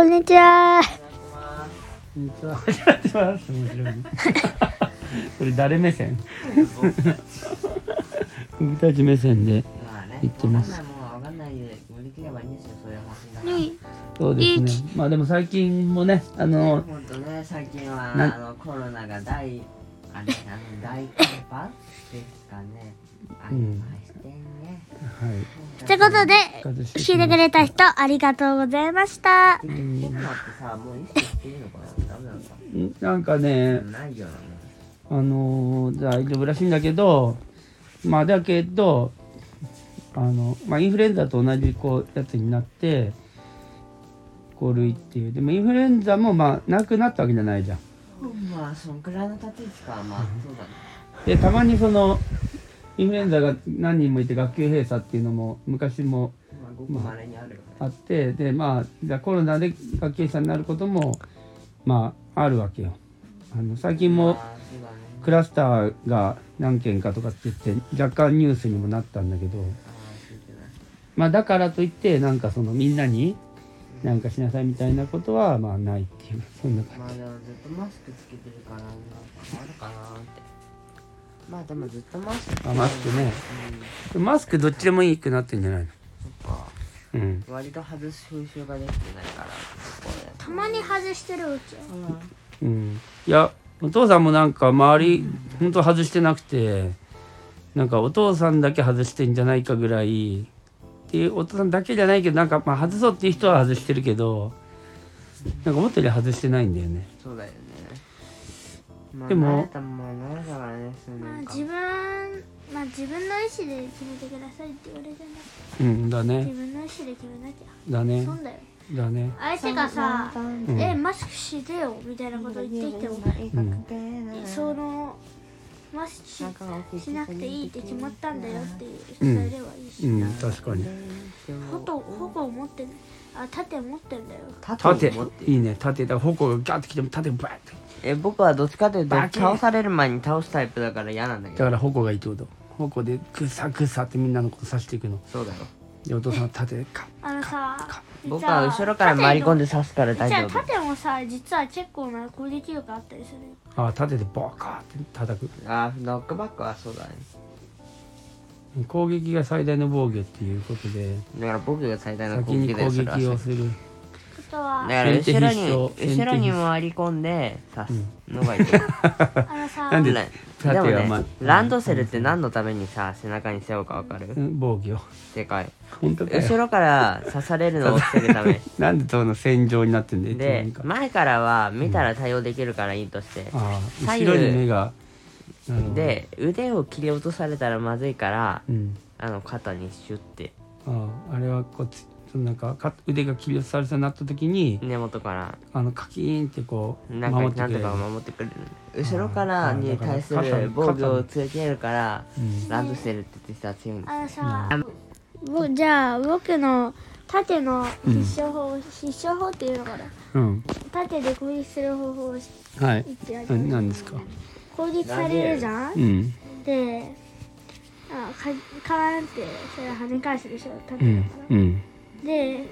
こんにちは。 こんにちは。始まってます。面白い。これ誰目線？僕たち目線で言ってます。そうですね。まあでも最近もね、 本当ね、最近はコロナが大寒波ですかね。ありましてね。 はい。 ということで聞いてくれた人ありがとうございました。 コロナってさ、もう意識していいのかな？ダメなのかなんかね、 ないよな。 大丈夫らしいんだけど、まあだけど、まあインフルエンザと同じやつになって、5類っていう。でもインフルエンザもまあなくなったわけじゃないじゃん。 まあそんくらいの立ち位置か、まあそうだね。 でたまにインフルエンザが何人もいて学級閉鎖っていうのも昔もごく稀にあるよね。 あって、でまあじゃあコロナで学級閉鎖になることもまああるわけよ。最近もクラスターが何件かとかって言って若干ニュースにもなったんだけど、まあだからといってなんかみんなになんかしなさいみたいなことはまあないっていう、そんな感じ。 まあでもずっとマスクつけてるからなんかあるかなって。まあでもずっとマスク。 マスクね、マスクどっちでもいいくなってんじゃないの？ そっか。割と外す風習ができてないから。 たまに外してるうち。 いやお父さんもなんか周り本当外してなくて、なんかお父さんだけ外してんじゃないかぐらいっていう、お父さんだけじゃないけどなんかまあ外そうっていう人は外してるけど、なんか思ったより外してないんだよね。 そうだよね。 でも自分の意思で決めてくださいって言われてんだ。 だね。 自分の意思で決めなきゃ。 だね。 そうだよ。 だね。 相手がさ、マスクしてよみたいなこと言ってきても、マスクしなくていいって決まったんだよって伝えればいいし。 確かに。 矛を持ってね。盾持ってんだよ。 盾いいね。盾だから矛がガッてきても盾バーって。 僕はどっちかというと倒される前に倒すタイプだから嫌なんだけど。 だから矛がいいってこと。矛でグサグサってみんなのこと刺していくの。 そうだよ。 でお父さんは盾で僕は後ろから回り込んで刺すから大丈夫。 盾もさ、実は結構な攻撃力あったりするよ。 盾でボカーって叩く。 ノックバックはそうだね。 攻撃が最大の防御っていうことで、 だから僕が最大の先に攻撃をする。 だから後ろに回り込んで刺すのがいい。 なんででもね、ランドセルって何のためにさ背中に背負うか分かる？ 防御。 でかい。 本当かよ。 後ろから刺されるのを防ぐため。 なんでその戦場になってんだよ。 で前からは見たら対応できるからいいとして、 後ろに目がで腕を切り落とされたらまずいから、肩にシュッて。 あれはなんか腕が切り落とされそうになった時に根元からカキーンってなんとか守ってくれる。後ろからに対する防御をつけるから、ランドセルって実は強いんですよ。 じゃあ僕の盾の必勝法っていうのかな。盾で攻撃する方法を言ってやる。 何ですか？ 攻撃されるじゃん。でカーンってそれ跳ね返すでしょ、盾だから。で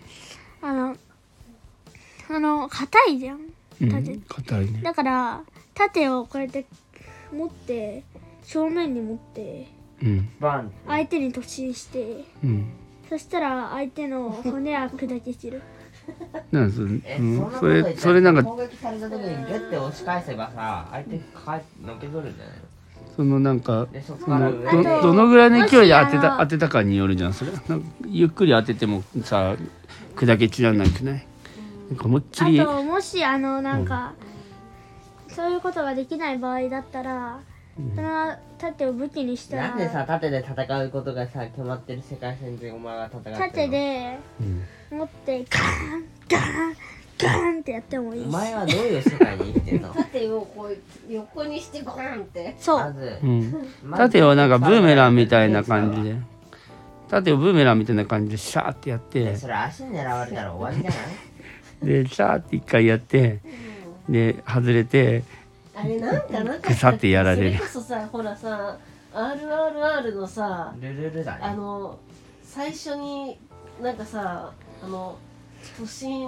硬いじゃん盾。 硬いね。 だから盾をこうやって持って正面に持って相手に突進して、そしたら相手の骨は砕け散る。 なんそれなんか攻撃された時にグッて押し返せばさ、相手のけ取るんじゃないの？ なんかどのぐらいの勢いで当てたかによるじゃん。それゆっくり当ててもさ砕け散らないくない？なんか思いっきり。 あともしなんか、そういうことができない場合だったら、その盾を武器にしたら。 なんでさ盾で戦うことがさ決まってる世界戦でお前は戦ってるの？ 盾で持ってガーンガーンガーンってやってもいいし。 お前はどういう世界に生きてんの？ 盾をこう横にしてゴーンって。 そう。 盾をなんかブーメランみたいな感じで。盾をブーメランみたいな感じでシャーってやって。 それ足に狙われたら終わりじゃない？ でシャーって一回やって、で外れて。 あれなんかぐさってやられる。 それこそさ、ほらさ、RRR のさ、 ルルルだね。 最初になんかさ、 不審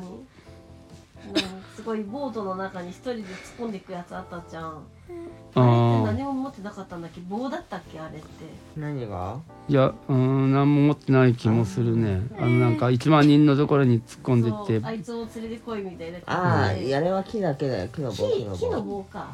すごいボートの中に一人で突っ込んでいくやつあったじゃん。あれって何も持ってなかったんだっけ？棒だったっけあれって。 何が？ いや、何も持ってない気もするね。なんか1万人のところに突っ込んでって。 あいつを連れてこいみたいな。 ああ、あれは木だけだよ。木の棒。 木の棒か。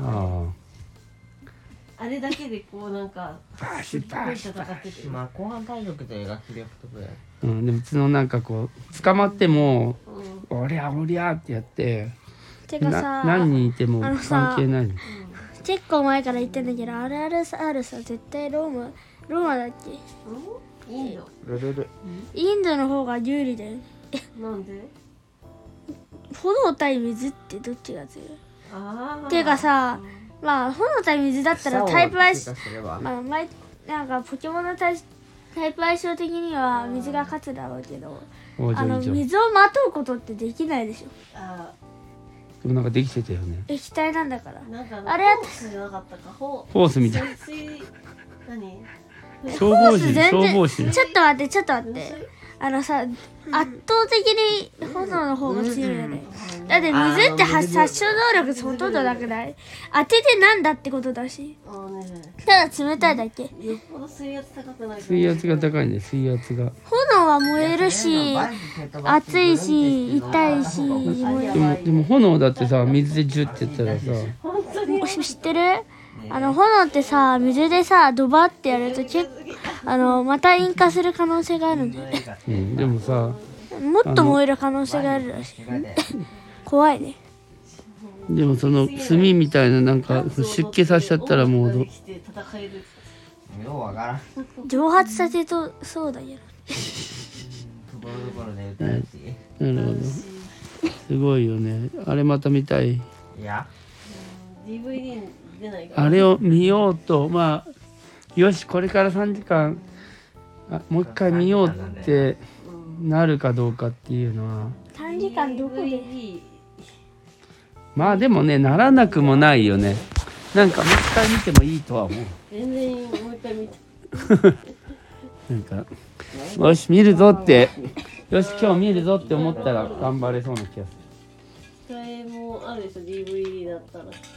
あれだけでこうなんかバシバシ戦ってて。 まあ後半体力と描き力とかや。 でもそのなんかこう捕まっても、おりゃおりゃってやって。 てかさ、 何人いても関係ないの。 結構前から言ってんだけど、RRR さ、絶対ローマだっけ？ インド。 インドの方が有利だよ。 なんで？ 炎対水ってどっちが強い？ていうかさ、まあ炎対水だったらタイプ相性、なんかポケモンのタイプ相性的には水が勝つだろうけど、水をまとうことってできないでしょ。 でもなんかできてたよね。 液体なんだから。 あれやったじゃなかったか。 フォースみたいな。 何？ 消防士。 ちょっと待ってさ、圧倒的に炎の方が強いよね。だって水って殺傷能力ほとんどなくない？当ててなんだってことだし。ただ冷たいだけ。 よっぽど水圧高くない。 水圧が高いね、水圧が。 炎は燃えるし、熱いし、痛いし。 でも炎だってさ、水でジュってやったらさ。 知ってる？炎ってさ、水でさ、ドバってやるとまた引火する可能性があるんだよね。 でもさ、 もっと燃える可能性があるらしい。怖いね。 でもその炭みたいななんか出気させちゃったらもう蒸発させとそうだけど。 なるほど。すごいよね。あれまた見たい。 いや。 DVD 出ないから。 あれを見ようと、まあよしこれから3時間もう一回見ようってなるかどうかっていうのは。 3時間どこで？ まあでもね、ならなくもないよね。なんかもう一回見てもいいとは思う。 全然もう一回見て。 なんかよし見るぞって、よし今日見るぞって思ったら頑張れそうな気がする。 控えもあるでしょ DVD だったらきっと。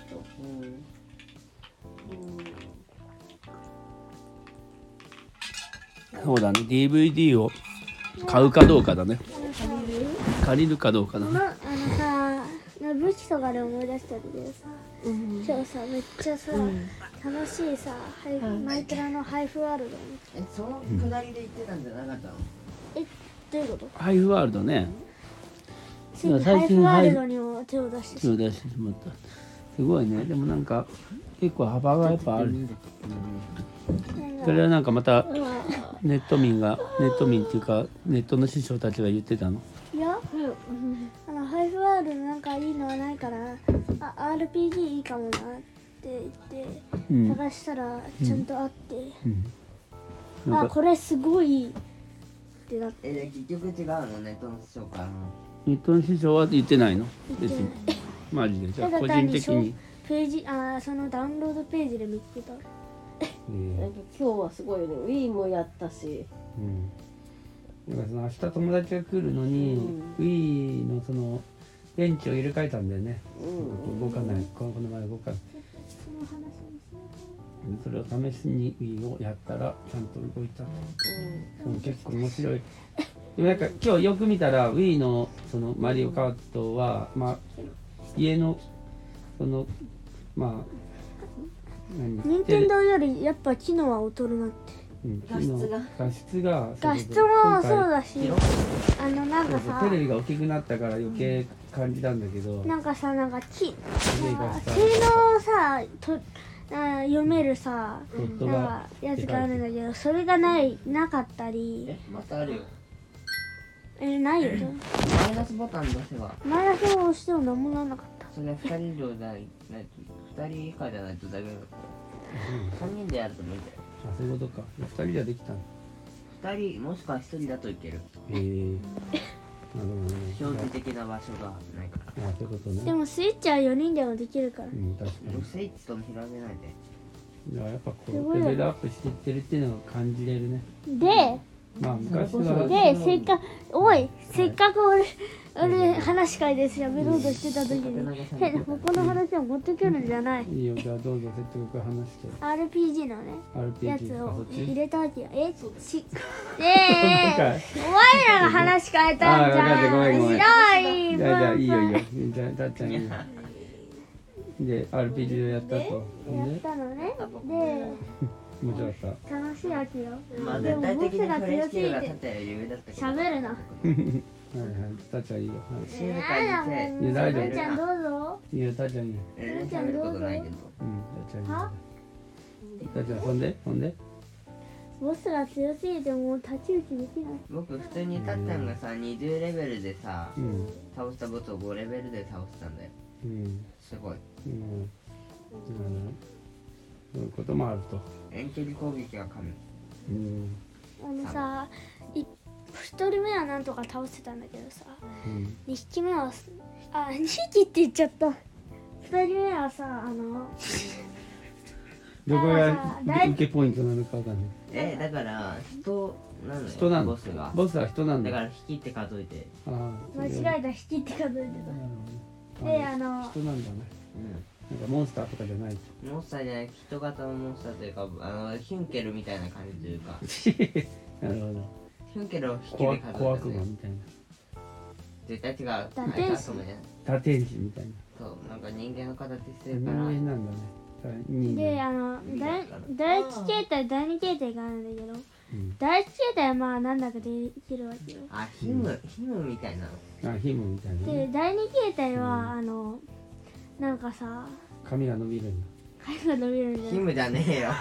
そうだね、DVD を買うかどうかだね。借りるかどうかだね。 武器とかで思い出したんだけどさ、今日さめっちゃさ、楽しいさ、マイクラのハイフワールドに。 その下りで行ってたんじゃなかったの？ どういうこと？ ハイフワールドね。 ハイフワールドにも手を出してしまった。すごいね。でもなんか結構幅がやっぱある。それはなんかまたネット民っていうかネットの師匠たちが言ってたの？ いや、ハイフワールドなんかいいのはないから、RPG いいかもなって言って探したらちゃんとあって、これすごいってなって。 結局違うの？ネットの師匠からの。 ネットの師匠は言ってないの？別に。マジで。じゃあ個人的に。 ページ、そのダウンロードページで見つけた。 なんか今日はすごいよね。Wii もやったし。 だからその明日友達が来るのに、Wii のその電池を入れ替えたんだよね。動かない。この前動かない。それを試しに Wii をやったらちゃんと動いた。結構面白い。でもなんか今日よく見たら Wii のそのマリオカートは家のその任天堂よりやっぱ機能は劣るなって。 画質もそうだし、なんかさ、 テレビが大きくなったから余計感じたんだけど、 なんかさ、性能をさ読めるさ、なんかやつがあるんだけど、それがなかったり。 またあるよ。 ないよ。 マイナスボタン押せば。 マイナスを押しても何もならなかった。 それは2人以上じゃないと、2人以下じゃないとダメだよ。3人でやると無理だよ。 そういうことか。2人じゃできたの。 2人もしくは1人だといける。なるほどね。標準的な場所がないから。 そういうことね。 でもスイッチは4人でもできるから。 確かに。 スイッチとも比べないで。 やっぱこうレベルアップしていってるっていうのが感じれるね。 で、 まあ昔はでせっかく俺話し会で喋ろうとしてた時にここの話を持ってくるんじゃない。 いいよ、じゃあどうぞ説得話して。 RPG のね RPG やつをそっち入れたわけよ。お前らが話し変えたんじゃん。 ごめん白いじゃあいいよいいよ。じゃあたっちゃんいいよ。で RPG をやったと。 やったのね。で面白かった。 楽しいわけよ。 まあでもボス絶対的にが強すぎプレイスキルがて立ったら有名だったけど。 喋るな。 はいはい、たっちゃんいいよ。はい静かにいや大丈夫るーちゃんどうぞ。 いいよ、たっちゃんいいよ。 全然喋ることないけど。 たっちゃんいいよ。 はたっちゃんほんでボスが強すぎてもう太刀打ちできない。 僕普通にたっちゃんがさ20レベルでさうん倒したボスを5レベルで倒したんだよ。 うんすごい。 そういうこともあると。 遠距離攻撃が神。 さ1人目はなんとか倒せたんだけどさ、2匹目は2匹って言っちゃった。2人目はさどこが受けポイントなのかわかんない。 だから人なのよ。 人なの。 ボスが。 ボスは人なんだ。 だから引きって数えて。 間違えた、引きって数えてた。で人なんだね。なんかモンスターとかじゃない。 モンスターじゃない人型のモンスターというかヒュンケルみたいな感じというか。 なるほど。 ヒュンケルを引きで数えて小悪魔みたいな。 絶対違う。 打天使打天使みたいな。 そうなんか人間の形してる人から。 間なんだね。 で第1形態第2形態があるんだけど、第1形態はまあなんだかできるわけよ。 ヒムみたいなの。 ヒムみたいな。 で第2形態はなんかさ髪が伸びるんだ。 髪が伸びるんだよ。 ヒムじゃねえよ。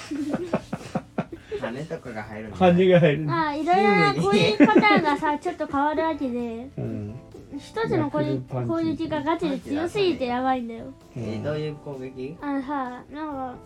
羽とかが入るんだ。 羽が入る。 いろいろな攻撃パターンがさちょっと変わるわけで、一つの攻撃がガチで強すぎてやばいんだよ。 どういう攻撃？ なんか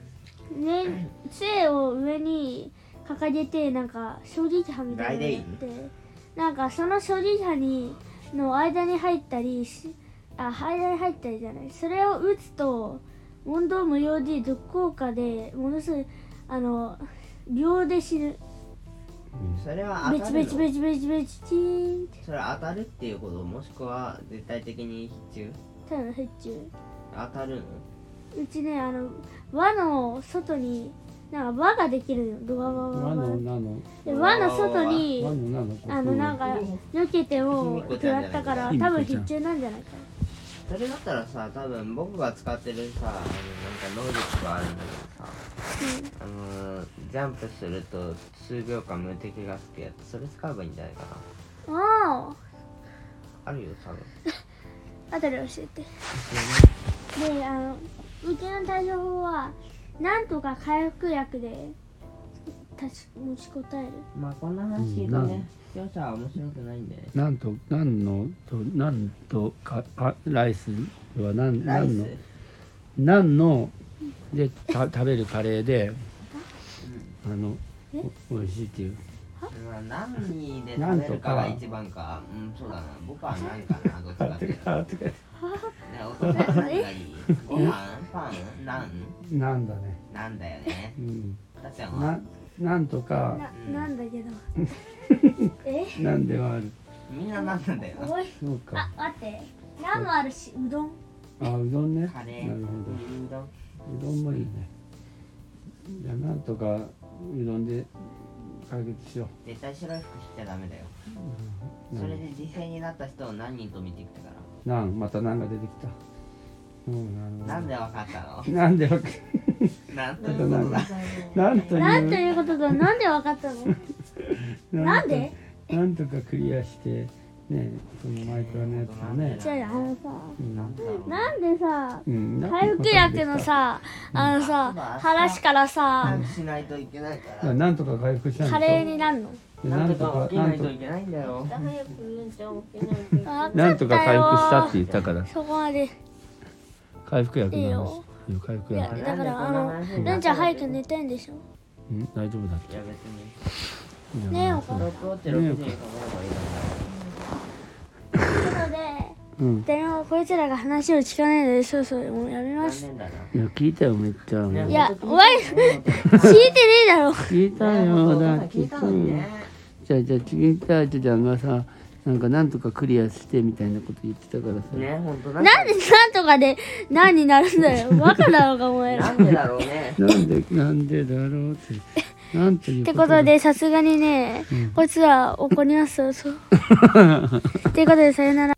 杖を上に掲げてなんか衝撃波みたいなのやってなんかその衝撃波の間に入ったり間に入ったりじゃない、それを打つと問答無用で毒効果でものすごい秒で死ぬ。 それは当たるの？ ベチベチベチベチチーンって。 それは当たるっていうこともしくは絶対的に必中？ ただの必中。 当たるの？ うちね輪の外になんか輪ができるの。輪の外になんか避けても食らったから多分必中なんじゃないかな。 それだったらさ多分僕が使ってるさなんか能力があるんだけどさ、ジャンプすると数秒間無敵がつくやつ、それ使えばいいんじゃないかな。あるよ多分。 あとで教えて。でうちの対処法はなんとか回復薬で持ちこたえる。 まあこんな話聞いたね、視聴者は面白くないんでね。 なんとかライスは何ので食べるカレーで美味しいっていう。 何で食べるかが一番か。そうだな、僕は何かな、どっちかっていうと。お父さん何がいい？ご飯？パン？ なんだね。 なんだよね。たっちゃんは？ なんとか。 なんだけど。 なんではある。 みんななんなんだよ。 そうか。 待って。なんもあるし、うどん。 うどんね。 カレー。 なるほど。うどんもいいね。じゃあなんとかうどんで解決しよう。 絶対白い服着ちゃダメだよ。それで実際になった人を何人と見てきたから。 また何が出てきた。 なんでわかったの？ なんでわかなんということだ。 なんということだ。なんでわかったの？なんで？ なんとかクリアしてね、そのマイクラのやつをね。 じゃあなんでさ、回復薬のさ話からさしないといけないから。 なんとか回復しないと。 カレーになるの？ なんとか起きないといけないんだよ。 なんとか回復したって言ったから。 そこまで。 回復薬の話。回復薬。 だからルンちゃん早く寝てんでしょ。 大丈夫だっけ？ いや別に。 ねえお母さん。 6って6時に考えればいいだろう。 なのでうん。 でもこいつらが話を聞かないのでそろそろもうやめます。 いや聞いたよめっちゃ。 いやお前聞いてねえだろ。 聞いたよだって。じゃあ次じゃあちゃんがさ。なんかなんとかクリアしてみたいなこと言ってたからさ。 ね、本当なんでなんとかで何になるんだよ。バカだろうかお前ら。 なんでだろうね。 なんでだろうって。なんていうってことでさすがにね、こいつら怒りますよ。そう。ということでさよなら。